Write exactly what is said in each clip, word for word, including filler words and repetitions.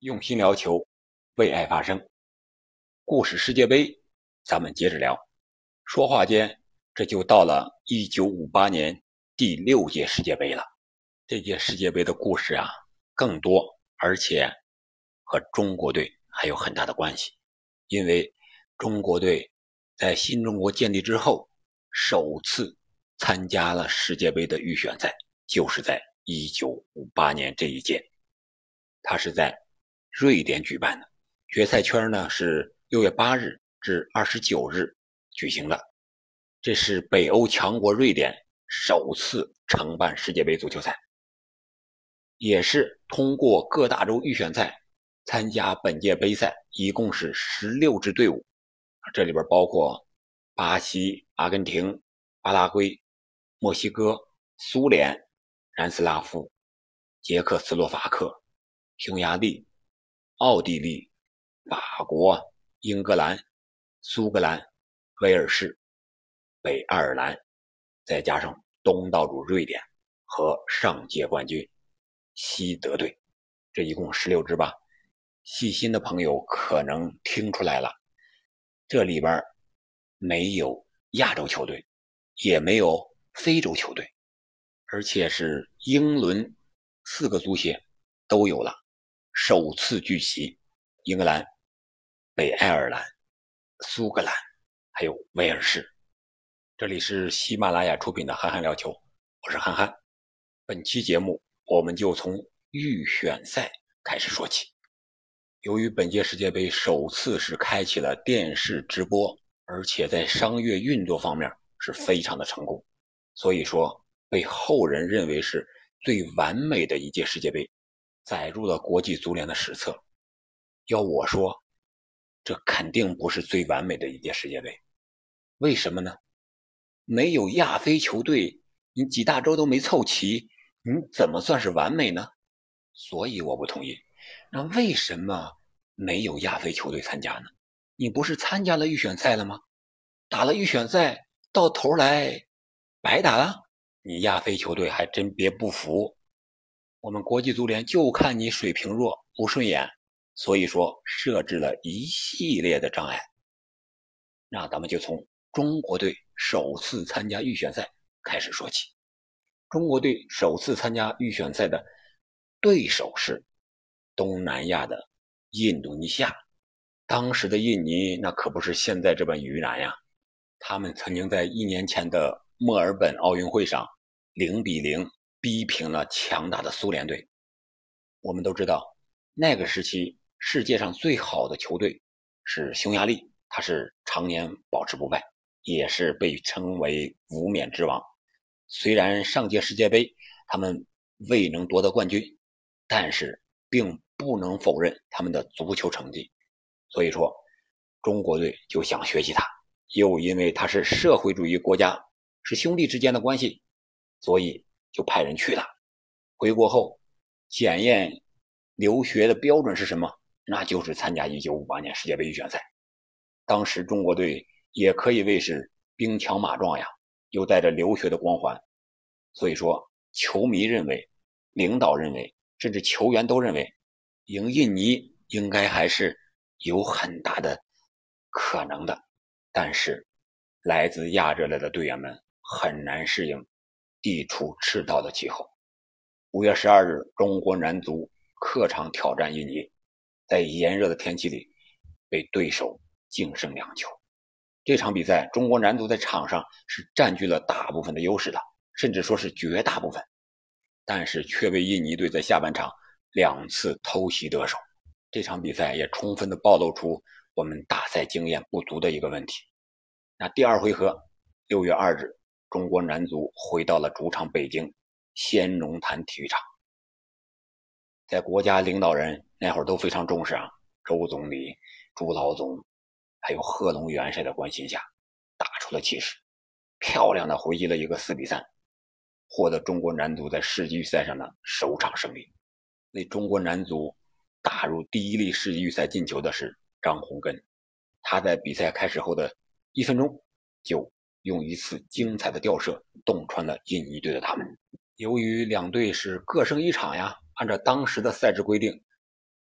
用心聊球，为爱发声。故事世界杯，咱们接着聊。说话间，这就到了一九五八年第六届世界杯了。这届世界杯的故事啊更多，而且和中国队还有很大的关系。因为中国队在新中国建立之后，首次参加了世界杯的预选赛，就是在一九五八年这一届。它是在瑞典举办的，决赛圈呢是六月八日至二十九日举行的。这是北欧强国瑞典首次承办世界杯足球赛，也是通过各大洲预选赛参加本届杯赛，一共是十六支队伍，这里边包括巴西、阿根廷、巴拉圭、墨西哥、苏联、南斯拉夫、捷克斯洛伐克、匈牙利、奥地利、法国、英格兰、苏格兰、威尔士、北爱尔兰，再加上东道主瑞典和上届冠军西德队，这一共十六支吧。细心的朋友可能听出来了，这里边没有亚洲球队，也没有非洲球队，而且是英伦四个足协都有了，首次聚齐英格兰、北爱尔兰、苏格兰还有威尔士。这里是喜马拉雅出品的憨憨聊球，我是憨憨。本期节目我们就从预选赛开始说起。由于本届世界杯首次是开启了电视直播，而且在商业运作方面是非常的成功，所以说被后人认为是最完美的一届世界杯，载入了国际足联的史册。要我说，这肯定不是最完美的一届世界杯。为什么呢？没有亚非球队，你几大洲都没凑齐，你怎么算是完美呢？所以我不同意。那为什么没有亚非球队参加呢？你不是参加了预选赛了吗？打了预选赛，到头来白打了？你亚非球队还真别不服。我们国际足联就看你水平弱不顺眼，所以说设置了一系列的障碍。那咱们就从中国队首次参加预选赛开始说起。中国队首次参加预选赛的对手是东南亚的印度尼西亚。当时的印尼那可不是现在这般鱼腩呀，他们曾经在一年前的墨尔本奥运会上零比零逼平了强大的苏联队。我们都知道，那个时期世界上最好的球队是匈牙利，他是常年保持不败，也是被称为无冕之王。虽然上届世界杯他们未能夺得冠军，但是并不能否认他们的足球成绩。所以说中国队就想学习他，又因为他是社会主义国家，是兄弟之间的关系，所以就派人去了。回国后检验留学的标准是什么？那就是参加一九五八年世界杯预选赛。当时中国队也可以谓是兵强马壮呀，又带着留学的光环，所以说球迷认为，领导认为，甚至球员都认为，赢印尼应该还是有很大的可能的。但是来自亚热带的队员们很难适应地处赤道的气候。五月十二日，中国男足客场挑战印尼，在炎热的天气里被对手净胜两球。这场比赛中国男足在场上是占据了大部分的优势的，甚至说是绝大部分，但是却被印尼队在下半场两次偷袭得手。这场比赛也充分的暴露出我们大赛经验不足的一个问题。那第二回合六月二日，中国男足回到了主场北京先农坛体育场。在国家领导人那会儿都非常重视啊，周总理、朱老总还有贺龙元帅的关心下，打出了气势，漂亮的回击了一个四比三，获得中国男足在世预赛上的首场胜利。为中国男足打入第一粒世预赛进球的是张宏根，他在比赛开始后的一分钟就用一次精彩的吊射洞穿了印尼队的大门。由于两队是各胜一场呀，按照当时的赛制规定，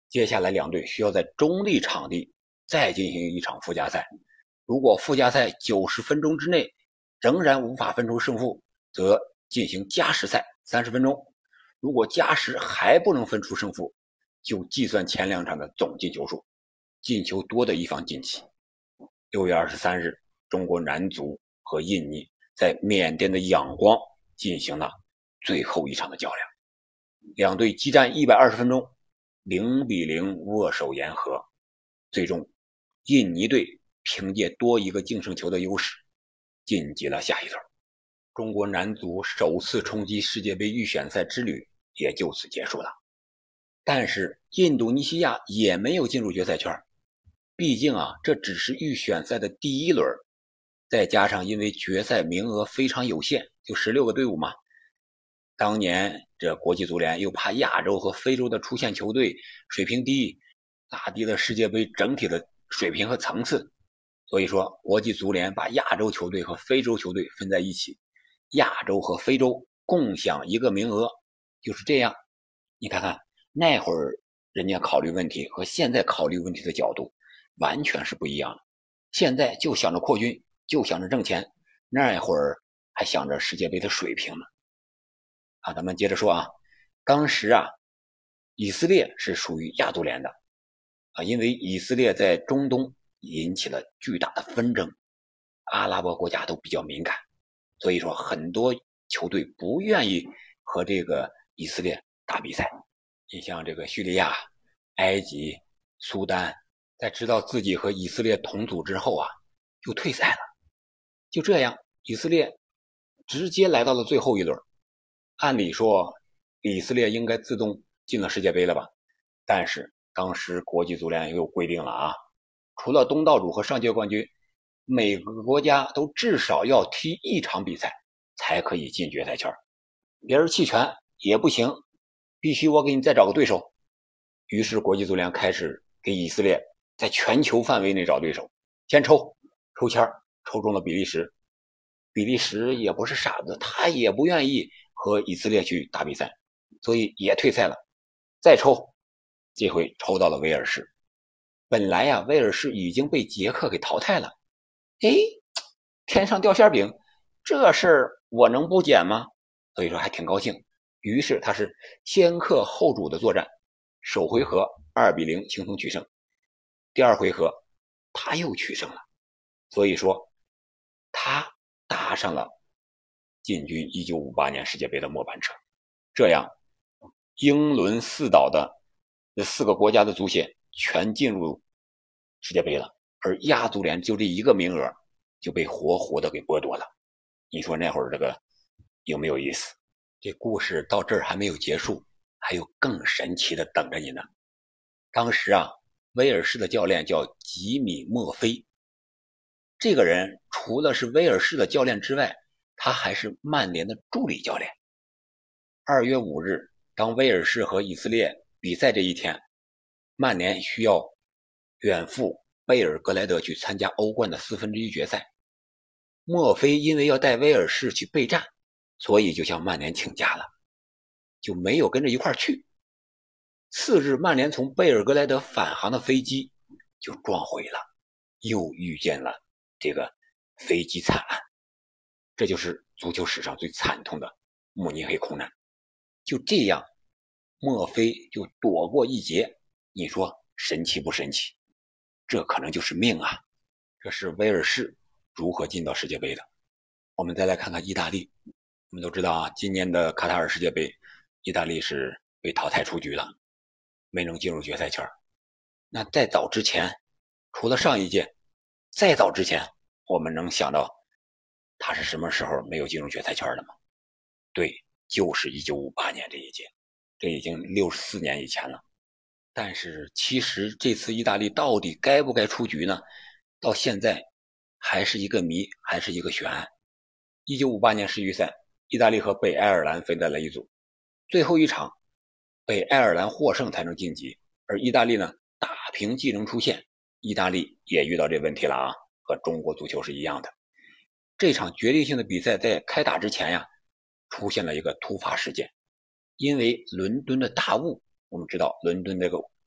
接下来两队需要在中立场地再进行一场附加赛，如果附加赛九十分钟之内仍然无法分出胜负，则进行加时赛三十分钟，如果加时还不能分出胜负，就计算前两场的总进球数，进球多的一方晋级。六月二十三日，中国男足和印尼在缅甸的仰光进行了最后一场的较量，两队激战一百二十分钟，零比零握手言和，最终印尼队凭借多一个净胜球的优势晋级了下一轮。中国男足首次冲击世界杯预选赛之旅也就此结束了。但是印度尼西亚也没有进入决赛圈，毕竟啊，这只是预选赛的第一轮，再加上因为决赛名额非常有限，就十六个队伍嘛。当年这国际足联又怕亚洲和非洲的出线球队水平低，拉低了世界杯整体的水平和层次，所以说国际足联把亚洲球队和非洲球队分在一起，亚洲和非洲共享一个名额，就是这样。你看看那会儿人家考虑问题和现在考虑问题的角度完全是不一样的，现在就想着扩军，就想着挣钱，那会儿还想着世界杯的水平呢。啊，咱们接着说啊，当时啊，以色列是属于亚足联的啊，因为以色列在中东引起了巨大的纷争，阿拉伯国家都比较敏感，所以说很多球队不愿意和这个以色列打比赛。你像这个叙利亚、埃及、苏丹，在知道自己和以色列同组之后啊，就退赛了。就这样，以色列直接来到了最后一轮。按理说以色列应该自动进了世界杯了吧，但是当时国际足联又规定了啊，除了东道主和上届冠军，每个国家都至少要踢一场比赛才可以进决赛圈，别人弃权也不行，必须我给你再找个对手。于是国际足联开始给以色列在全球范围内找对手，先抽抽签，抽中了比利时。比利时也不是傻子，他也不愿意和以色列去打比赛，所以也退赛了。再抽，这回抽到了威尔士。本来呀、啊，威尔士已经被捷克给淘汰了。诶，天上掉馅饼，这事儿我能不捡吗？所以说还挺高兴。于是他是先克后主的作战，首回合二比零轻松取胜，第二回合他又取胜了，所以说他搭上了进军一九五八年世界杯的末班车。这样英伦四岛的这四个国家的足协全进入世界杯了，而亚足联就这一个名额就被活活的给剥夺了。你说那会儿这个有没有意思？这故事到这儿还没有结束，还有更神奇的等着你呢。当时啊，威尔士的教练叫吉米·莫菲，这个人除了是威尔士的教练之外，他还是曼联的助理教练。二月五日，当威尔士和以色列比赛这一天，曼联需要远赴贝尔格莱德去参加欧冠的四分之一决赛。莫菲因为要带威尔士去备战，所以就向曼联请假了，就没有跟着一块去。次日，曼联从贝尔格莱德返航的飞机就撞毁了，又遇见了这个飞机惨案。这就是足球史上最惨痛的慕尼黑空难。就这样，莫菲就躲过一劫，你说神奇不神奇？这可能就是命啊！这是威尔士如何进到世界杯的。我们再来看看意大利。我们都知道啊，今年的卡塔尔世界杯，意大利是被淘汰出局了，没能进入决赛圈。那在早之前，除了上一届，再早之前，我们能想到他是什么时候没有进入决赛圈的吗？对，就是一九五八年这一届，这已经六十四年以前了。但是其实这次意大利到底该不该出局呢？到现在还是一个谜，还是一个悬案。一九五八年世预赛，意大利和北爱尔兰分在了一组，最后一场北爱尔兰获胜才能晋级，而意大利呢打平技能出线。意大利也遇到这问题了啊，和中国足球是一样的。这场决定性的比赛在开打之前呀，出现了一个突发事件。因为伦敦的大雾，我们知道伦敦这个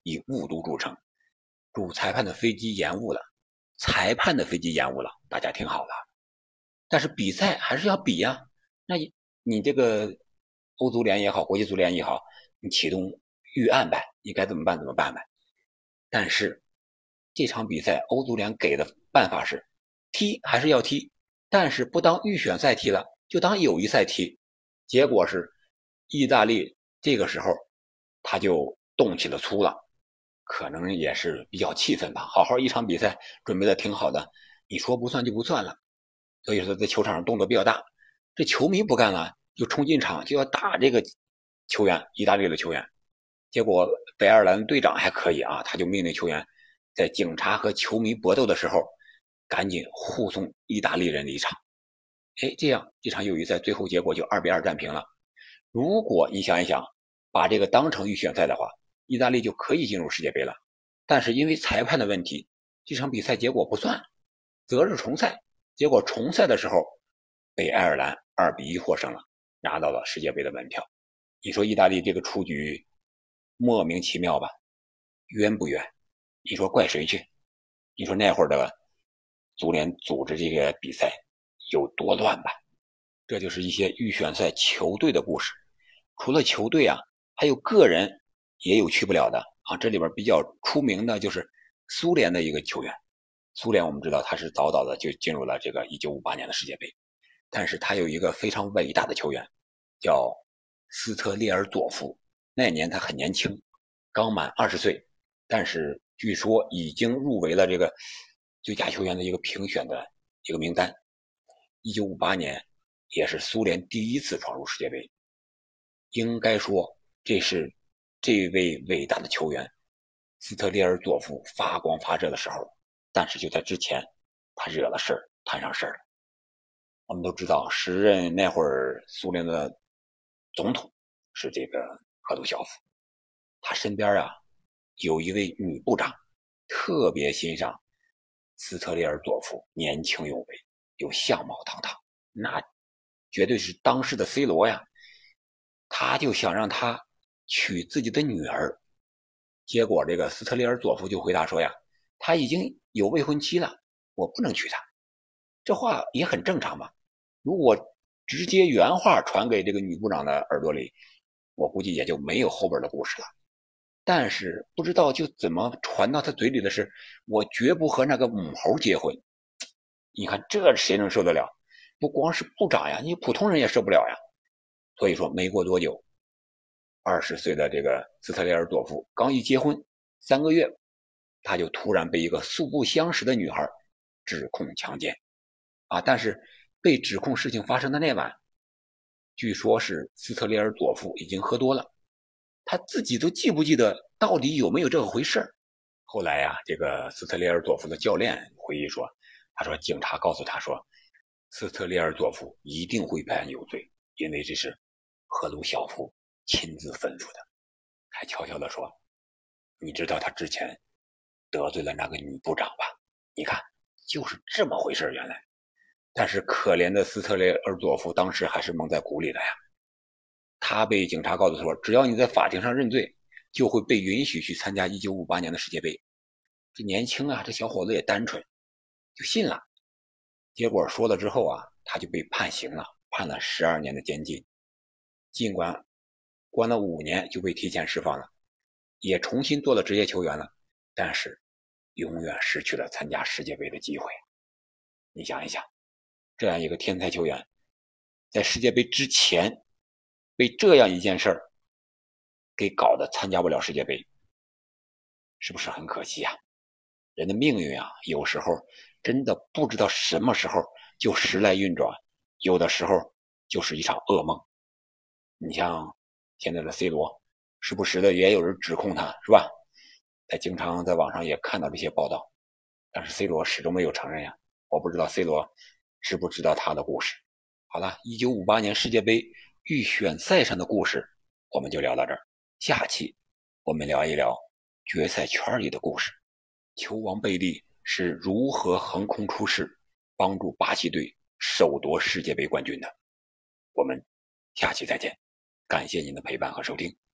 以误读著称，主裁判的飞机延误了，裁判的飞机延误了，大家听好了。但是比赛还是要比呀、啊，那你这个欧足联也好，国际足联也好，你启动预案呗，你该怎么办怎么办呗。但是这场比赛欧足联给的办法是踢还是要踢，但是不当预选赛踢了，就当友谊赛踢。结果是意大利这个时候他就动起了粗了，可能也是比较气愤吧，好好一场比赛准备的挺好的，你说不算就不算了。所以说在球场上动作比较大，这球迷不干了，就冲进场就要打这个球员，意大利的球员。结果北爱尔兰队长还可以啊，他就命令球员在警察和球迷搏斗的时候赶紧护送意大利人离场。哎，这样这场友谊赛最后结果就二比二战平了。如果你想一想，把这个当成预选赛的话，意大利就可以进入世界杯了。但是因为裁判的问题，这场比赛结果不算，择日重赛。结果重赛的时候，北爱尔兰二比一获胜了，拿到了世界杯的门票。你说意大利这个出局莫名其妙吧？冤不冤？你说怪谁去？你说那会儿的足联组织这个比赛有多乱吧？这就是一些预选赛球队的故事。除了球队啊，还有个人也有去不了的啊。这里边比较出名的就是苏联的一个球员。苏联我们知道他是早早的就进入了这个一九五八年的世界杯，但是他有一个非常伟大的球员叫斯特列尔佐夫。那年他很年轻，刚满二十岁，但是据说已经入围了这个最佳球员的一个评选的一个名单。一九五八年也是苏联第一次闯入世界杯，应该说这是这位伟大的球员斯特列尔佐夫发光发热的时候。但是就在之前他惹了事儿，摊上事儿了。我们都知道时任那会儿苏联的总统是这个赫鲁晓夫，他身边啊有一位女部长特别欣赏斯特列尔佐夫，年轻有为又相貌堂堂，那绝对是当时的 C 罗呀。他就想让他娶自己的女儿，结果这个斯特列尔佐夫就回答说呀，他已经有未婚妻了，我不能娶她。这话也很正常嘛，如果直接原话传给这个女部长的耳朵里，我估计也就没有后边的故事了。但是不知道就怎么传到他嘴里的是，我绝不和那个母猴结婚。你看这谁能受得了？不光是部长呀，你普通人也受不了呀。所以说没过多久，二十岁的这个斯特列尔佐夫刚一结婚三个月，他就突然被一个素不相识的女孩指控强奸啊！但是被指控事情发生的那晚，据说是斯特列尔佐夫已经喝多了，他自己都记不记得到底有没有这回事。后来呀、啊，这个斯特列尔佐夫的教练回忆说，他说警察告诉他说，斯特列尔佐夫一定会判有罪，因为这是赫鲁晓夫亲自吩咐的。还悄悄地说，你知道他之前得罪了那个女部长吧？你看就是这么回事原来。但是可怜的斯特列尔佐夫当时还是蒙在鼓里的呀。他被警察告诉说，只要你在法庭上认罪，就会被允许去参加一九五八年的世界杯。这年轻啊，这小伙子也单纯，就信了。结果说了之后啊，他就被判刑了，判了十二年的监禁。尽管关了五年就被提前释放了，也重新做了职业球员了，但是永远失去了参加世界杯的机会。你想一想，这样一个天才球员，在世界杯之前被这样一件事儿给搞得参加不了世界杯，是不是很可惜啊？人的命运啊，有时候真的不知道什么时候就时来运转，有的时候就是一场噩梦。你像现在的 C 罗，时不时的也有人指控他，是吧？在经常在网上也看到这些报道，但是 C 罗始终没有承认呀。我不知道 C 罗知不知道他的故事。好了，一九五八年世界杯预选赛上的故事我们就聊到这儿，下期我们聊一聊决赛圈里的故事，球王贝利是如何横空出世，帮助巴西队首夺世界杯冠军的。我们下期再见，感谢您的陪伴和收听。